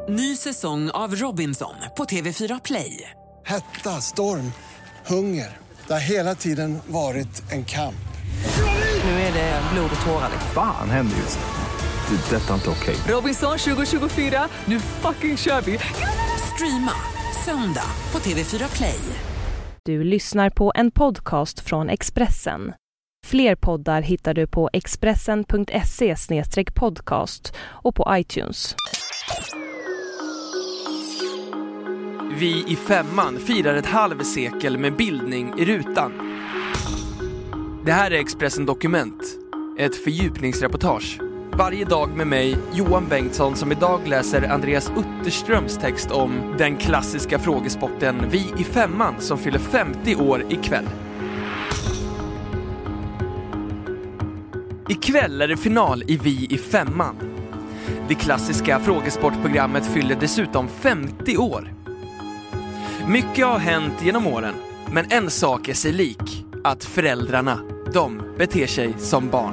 Ny säsong av Robinson på TV4 Play. Hetta, storm, hunger. Det har hela tiden varit en kamp. Nu är det blod och tårar. Fan händer just nu. Det. Detta är inte okej. Robinson 2024, nu fucking kör vi. Streama söndag på TV4 Play. Du lyssnar på en podcast från Expressen. Fler poddar hittar du på expressen.se/podcast och på iTunes. Vi i femman firar ett halvsekel med bildning i rutan. Det här är Expressen Dokument, ett fördjupningsreportage. Varje dag med mig, Johan Bengtsson, som idag läser Andreas Utterströms text om den klassiska frågesporten Vi i femman som fyller 50 år ikväll. Ikväll är det final i Vi i femman. Det klassiska frågesportprogrammet fyller dessutom 50 år. Mycket har hänt genom åren, men en sak är sig lik, att föräldrarna, de beter sig som barn.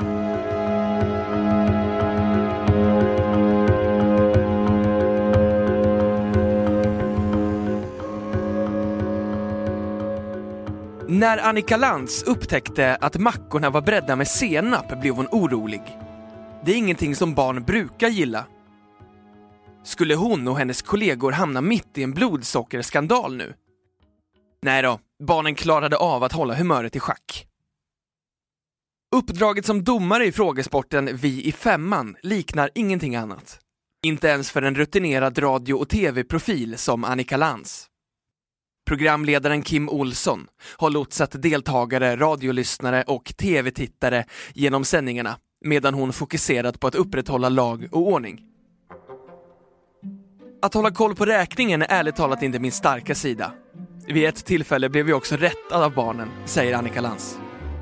När Annika Lantz upptäckte att mackorna var bredda med senap blev hon orolig. Det är ingenting som barn brukar gilla. Skulle hon och hennes kollegor hamna mitt i en blodsockerskandal nu? Nej då, barnen klarade av att hålla humöret i schack. Uppdraget som domare i frågesporten Vi i femman liknar ingenting annat. Inte ens för en rutinerad radio- och tv-profil som Annika Lantz. Programledaren Kim Olsson har lotsat deltagare, radiolyssnare och tv-tittare genom sändningarna medan hon fokuserat på att upprätthålla lag och ordning. Att hålla koll på räkningen är ärligt talat inte min starka sida. Vid ett tillfälle blev vi också rättad av barnen, säger Annika Lantz.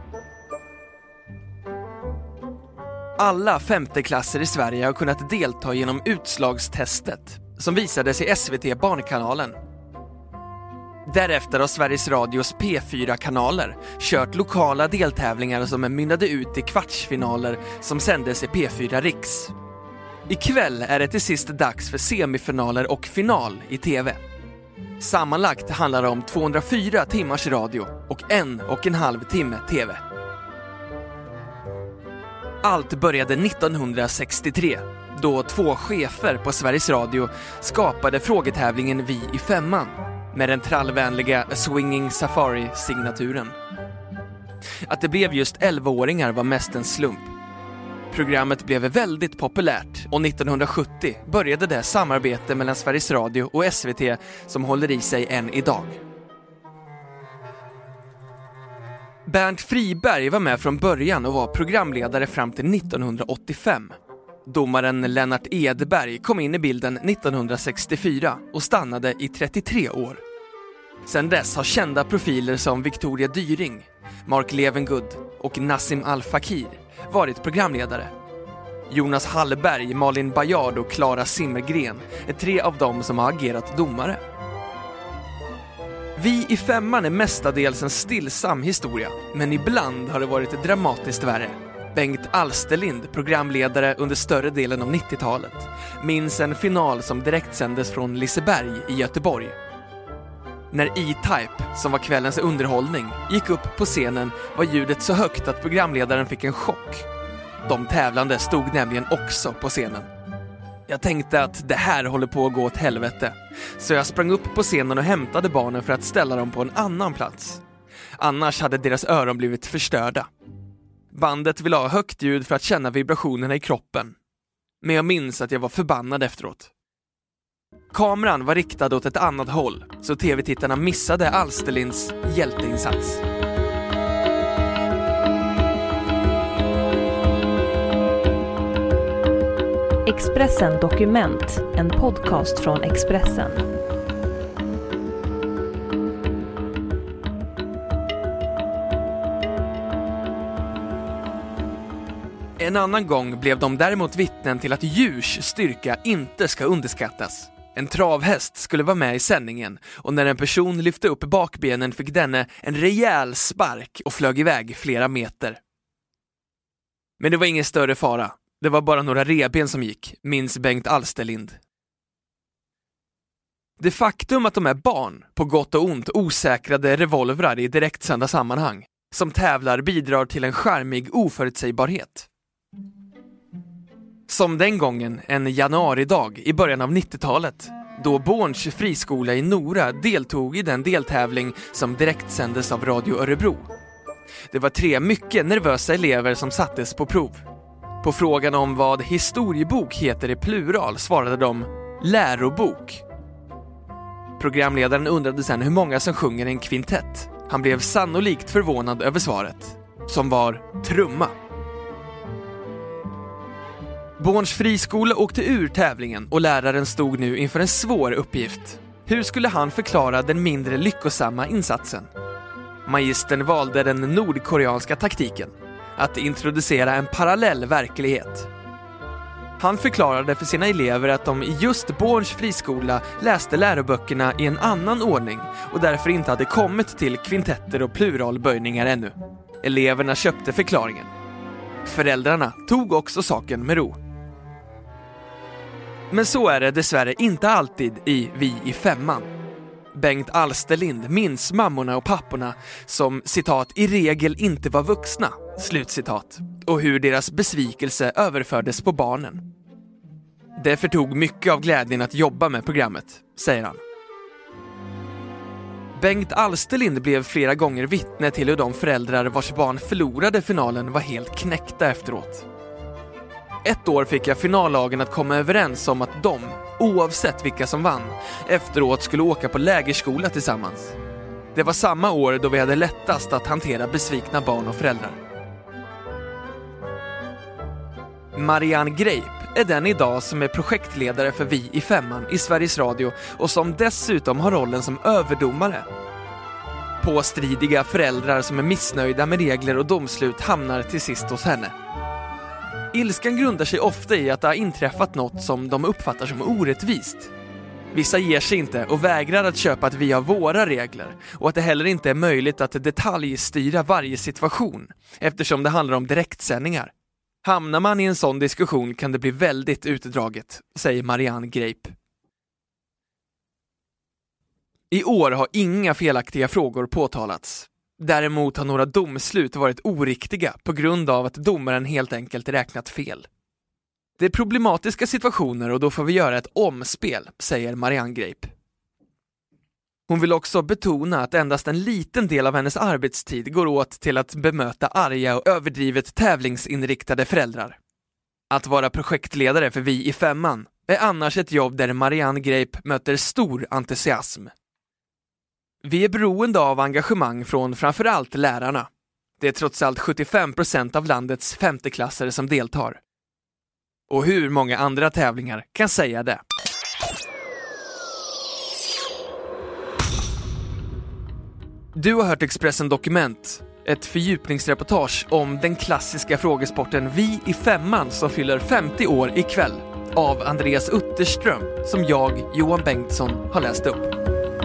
Alla femteklasser i Sverige har kunnat delta genom utslagstestet som visades i SVT Barnkanalen. Därefter har Sveriges Radios P4-kanaler kört lokala deltävlingar som mynnade ut i kvartsfinaler som sändes i P4 Riks. Ikväll är det till sist dags för semifinaler och final i tv. Sammanlagt handlar det om 204 timmars radio och 1,5 timme tv. Allt började 1963 då 2 chefer på Sveriges Radio skapade frågetävlingen Vi i femman med den trallvänliga Swinging Safari-signaturen. Att det blev just 11-åringar var mest en slump. Programmet blev väldigt populärt och 1970 började det samarbete mellan Sveriges Radio och SVT som håller i sig än idag. Bernt Friberg var med från början och var programledare fram till 1985. Domaren Lennart Edberg kom in i bilden 1964 och stannade i 33 år. Sedan dess har kända profiler som Victoria Dyring, Mark Levengood och Nassim Al-Fakir varit programledare. Jonas Hallberg, Malin Bajard och Clara Simmergren är 3 av dem som har agerat domare. Vi i femman är mestadels en stillsam historia, men ibland har det varit dramatiskt värre. Bengt Alsterlind, programledare under större delen av 90-talet, minns en final som direktsändes från Liseberg i Göteborg. När E-Type, som var kvällens underhållning, gick upp på scenen var ljudet så högt att programledaren fick en chock. De tävlande stod nämligen också på scenen. Jag tänkte att det här håller på att gå åt helvete, så jag sprang upp på scenen och hämtade barnen för att ställa dem på en annan plats. Annars hade deras öron blivit förstörda. Bandet ville ha högt ljud för att känna vibrationerna i kroppen. Men jag minns att jag var förbannad efteråt. Kameran var riktad åt ett annat håll, så tv-tittarna missade Alsterlinds hjälteinsats. Expressen Dokument, en podcast från Expressen. En annan gång blev de däremot vittnen till att djurs styrka inte ska underskattas. En travhäst skulle vara med i sändningen och när en person lyfte upp bakbenen fick denne en rejäl spark och flög iväg flera meter. Men det var ingen större fara. Det var bara några reben som gick, minns Bengt Alsterlind. Det faktum att de är barn, på gott och ont osäkrade revolvrar i direktsända sammanhang, som tävlar bidrar till en charmig oförutsägbarhet. Som den gången en januaridag i början av 90-talet, då Borns friskola i Nora deltog i den deltävling som direktsändes av Radio Örebro. Det var 3 mycket nervösa elever som sattes på prov. På frågan om vad historiebok heter i plural svarade de lärobok. Programledaren undrade sedan hur många som sjunger en kvintett. Han blev sannolikt förvånad över svaret, som var trumma. Borns friskola åkte ur tävlingen och läraren stod nu inför en svår uppgift. Hur skulle han förklara den mindre lyckosamma insatsen? Magistern valde den nordkoreanska taktiken, att introducera en parallell verklighet. Han förklarade för sina elever att de i just Borns friskola läste läroböckerna i en annan ordning och därför inte hade kommit till kvintetter och pluralböjningar ännu. Eleverna köpte förklaringen. Föräldrarna tog också saken med ro. Men så är det dessvärre inte alltid i Vi i femman. Bengt Alsterlind minns mammorna och papporna som, citat, i regel inte var vuxna, slutcitat, och hur deras besvikelse överfördes på barnen. Det förtog mycket av glädjen att jobba med programmet, säger han. Bengt Alsterlind blev flera gånger vittne till hur de föräldrar vars barn förlorade finalen var helt knäckta efteråt. Ett år fick jag finallagen att komma överens om att de, oavsett vilka som vann, efteråt skulle åka på lägerskola tillsammans. Det var samma år då vi hade lättast att hantera besvikna barn och föräldrar. Marianne Greip är den idag som är projektledare för Vi i femman i Sveriges Radio och som dessutom har rollen som överdomare. Påstridiga föräldrar som är missnöjda med regler och domslut hamnar till sist hos henne. Ilskan grundar sig ofta i att det har inträffat något som de uppfattar som orättvist. Vissa ger sig inte och vägrar att köpa att vi har våra regler och att det heller inte är möjligt att detaljstyra varje situation eftersom det handlar om direktsändningar. Hamnar man i en sån diskussion kan det bli väldigt utdraget, säger Marianne Greip. I år har inga felaktiga frågor påtalats. Däremot har några domslut varit oriktiga på grund av att domaren helt enkelt räknat fel. Det är problematiska situationer och då får vi göra ett omspel, säger Marianne Greip. Hon vill också betona att endast en liten del av hennes arbetstid går åt till att bemöta arga och överdrivet tävlingsinriktade föräldrar. Att vara projektledare för Vi i femman är annars ett jobb där Marianne Greip möter stor entusiasm. Vi är beroende av engagemang från framförallt lärarna. Det är trots allt 75% av landets femteklassare som deltar. Och hur många andra tävlingar kan säga det? Du har hört Expressen Dokument, ett fördjupningsreportage om den klassiska frågesporten Vi i femman som fyller 50 år ikväll av Andreas Utterström som jag, Johan Bengtsson, har läst upp.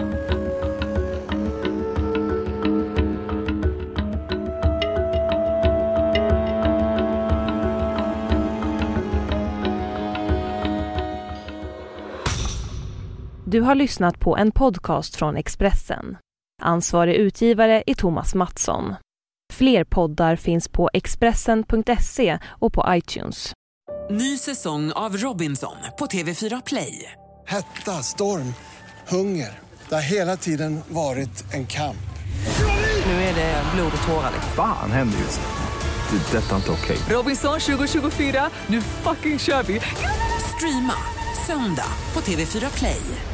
Du har lyssnat på en podcast från Expressen. Ansvarig utgivare är Thomas Mattsson. Fler poddar finns på Expressen.se och på iTunes. Ny säsong av Robinson på TV4 Play. Hetta, storm, hunger. Det har hela tiden varit en kamp. Nu är det blod och tårar. Fan händer just det. Det är detta inte okej. Robinson 2024, nu fucking kör vi. Streama söndag på TV4 Play.